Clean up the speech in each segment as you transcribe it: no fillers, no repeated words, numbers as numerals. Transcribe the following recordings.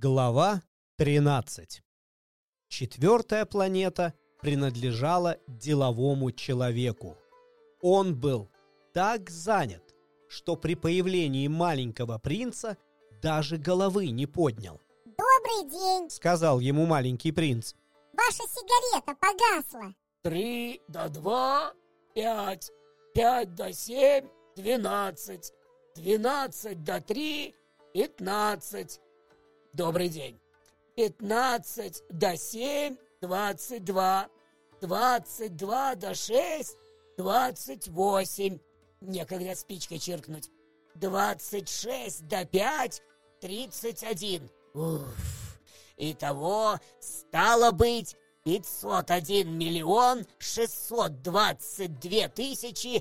Глава 13. Четвертая планета принадлежала деловому человеку. Он был так занят, что при появлении маленького принца даже головы не поднял. «Добрый день!» — сказал ему маленький принц. «Ваша сигарета погасла!» 3 до 2 – 5, 5 до 7 – 12, 12 до 3 – 15. Добрый день. 15 до 7 – 22, 22 до 6 – 28. Некогда спичкой чиркнуть. 26 до 5 – 31. Уф. Итого стало быть 501 миллион 622 тысячи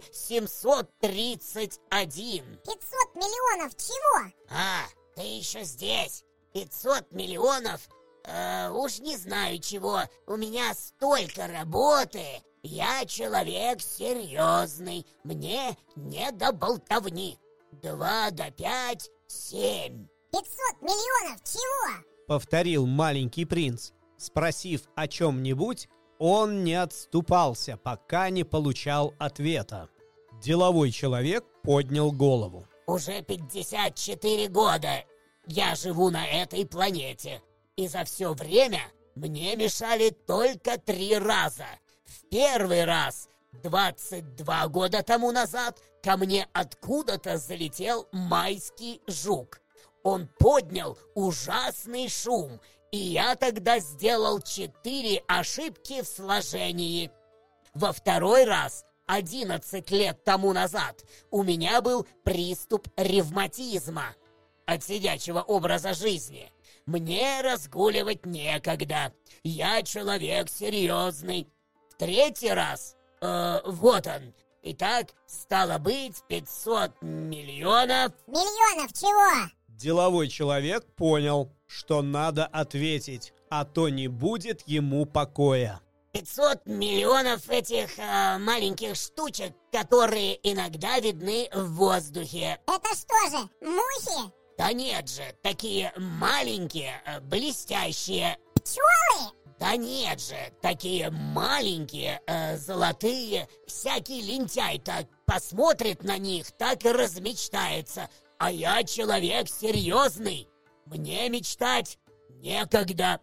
731. 500 миллионов чего? Ты еще здесь? 500 миллионов? Уж не знаю чего. У меня столько работы. Я человек серьезный. Мне не до болтовни. 2 до 5 – 7. 500 миллионов чего? Повторил маленький принц. Спросив о чем-нибудь, он не отступался, пока не получал ответа. Деловой человек поднял голову. Уже 54 года я живу на этой планете. И за все время мне мешали только 3 раза. В первый раз, 22 года тому назад, ко мне откуда-то залетел майский жук. Он поднял ужасный шум, и я тогда сделал 4 ошибки в сложении. Во второй раз, 11 лет тому назад, у меня был приступ ревматизма от сидячего образа жизни. Мне разгуливать некогда. Я человек серьезный. В третий раз, вот он. Итак, стало быть 500 миллионов... Миллионов чего? Деловой человек понял, что надо ответить, а то не будет ему покоя. 500 миллионов этих маленьких штучек, которые иногда видны в воздухе. Это что же, мухи? Да нет же, такие маленькие, блестящие. Пчелы? Да нет же, такие маленькие, золотые. Всякий лентяй так посмотрит на них, так и размечтается. А я человек серьезный. Мне мечтать некогда.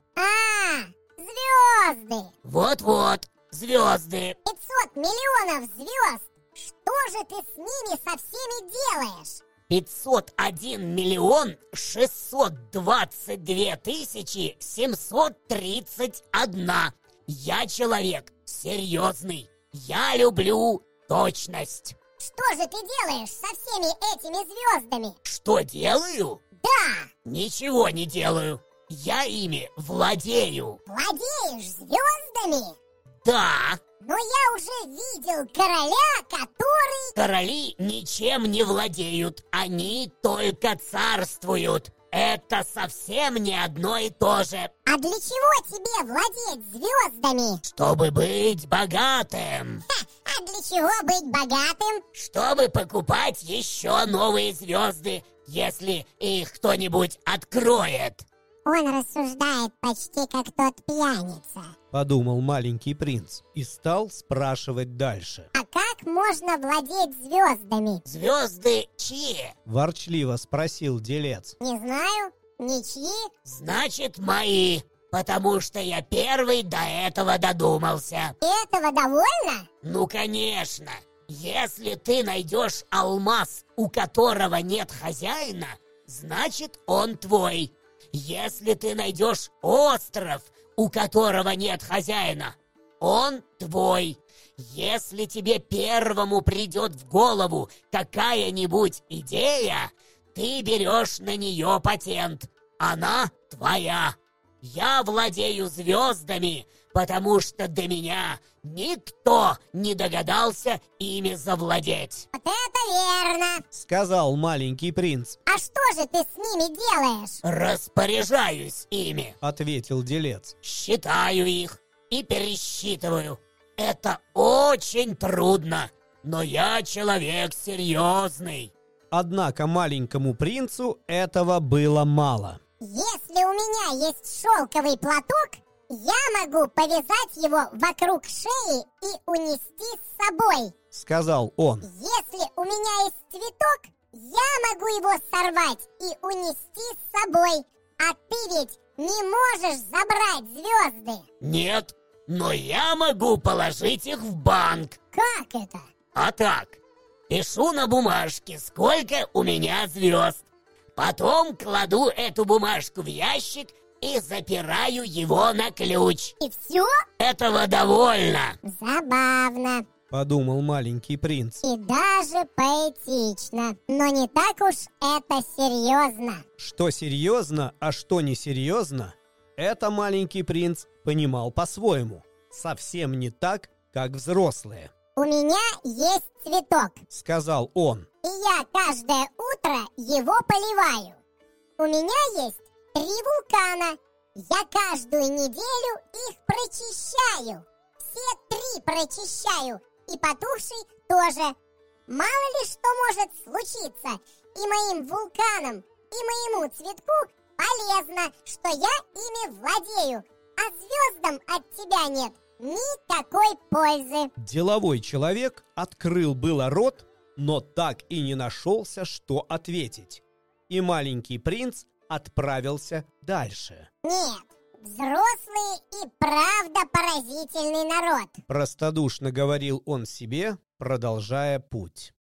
Звезды. Вот-вот, звезды. 500 миллионов звезд. Что же ты с ними со всеми делаешь? 501 миллион 622 тысячи 731. Я человек серьезный. Я люблю точность. Что же ты делаешь со всеми этими звездами? Что делаю? Да. Ничего не делаю. Я ими владею. Владеешь звездами? Да. Но я уже видел короля, который... Короли ничем не владеют. Они только царствуют. Это совсем не одно и то же. А для чего тебе владеть звездами? Чтобы быть богатым. А для чего быть богатым? Чтобы покупать еще новые звезды, если их кто-нибудь откроет. Он рассуждает почти как тот пьяница. Подумал маленький принц и стал спрашивать дальше. А как можно владеть звездами? Звезды чьи? Ворчливо спросил делец. Не знаю, ничьи. Значит, мои, потому что я первый до этого додумался. Этого довольно? Ну, конечно. Если ты найдешь алмаз, у которого нет хозяина, значит, он твой. Если ты найдешь остров, у которого нет хозяина, он твой. Если тебе первому придет в голову какая-нибудь идея, ты берешь на нее патент. Она твоя. Я владею звездами, потому что до меня никто не догадался ими завладеть. Вот это верно. Сказал маленький принц. А что же ты с ними делаешь? Распоряжаюсь ими, ответил делец. Считаю их и пересчитываю. Это очень трудно, но я человек серьезный. Однако маленькому принцу этого было мало. Если у меня есть шелковый платок, я могу повязать его вокруг шеи и унести с собой. Сказал он. Если у меня есть цветок, я могу его сорвать и унести с собой. А ты ведь не можешь забрать звезды. Нет, но я могу положить их в банк. Как это? А так, пишу на бумажке, сколько у меня звезд. Потом кладу эту бумажку в ящик и запираю его на ключ. И все? Этого довольно. Забавно. Подумал маленький принц. И даже поэтично. Но не так уж это серьезно. Что серьезно, а что несерьезно, это маленький принц понимал по-своему. Совсем не так, как взрослые. У меня есть цветок, Сказал он. и я каждое утро его поливаю. У меня есть 3 вулкана. Я каждую неделю их прочищаю. Все 3 прочищаю. И потухший тоже. Мало ли что может случиться. И моим вулканам, и моему цветку полезно, что я ими владею. А звездам от тебя нет никакой пользы. Деловой человек открыл было рот, но так и не нашелся, что ответить. И маленький принц отправился дальше. Нет, взрослые и правда поразительный народ. Простодушно говорил он себе, продолжая путь.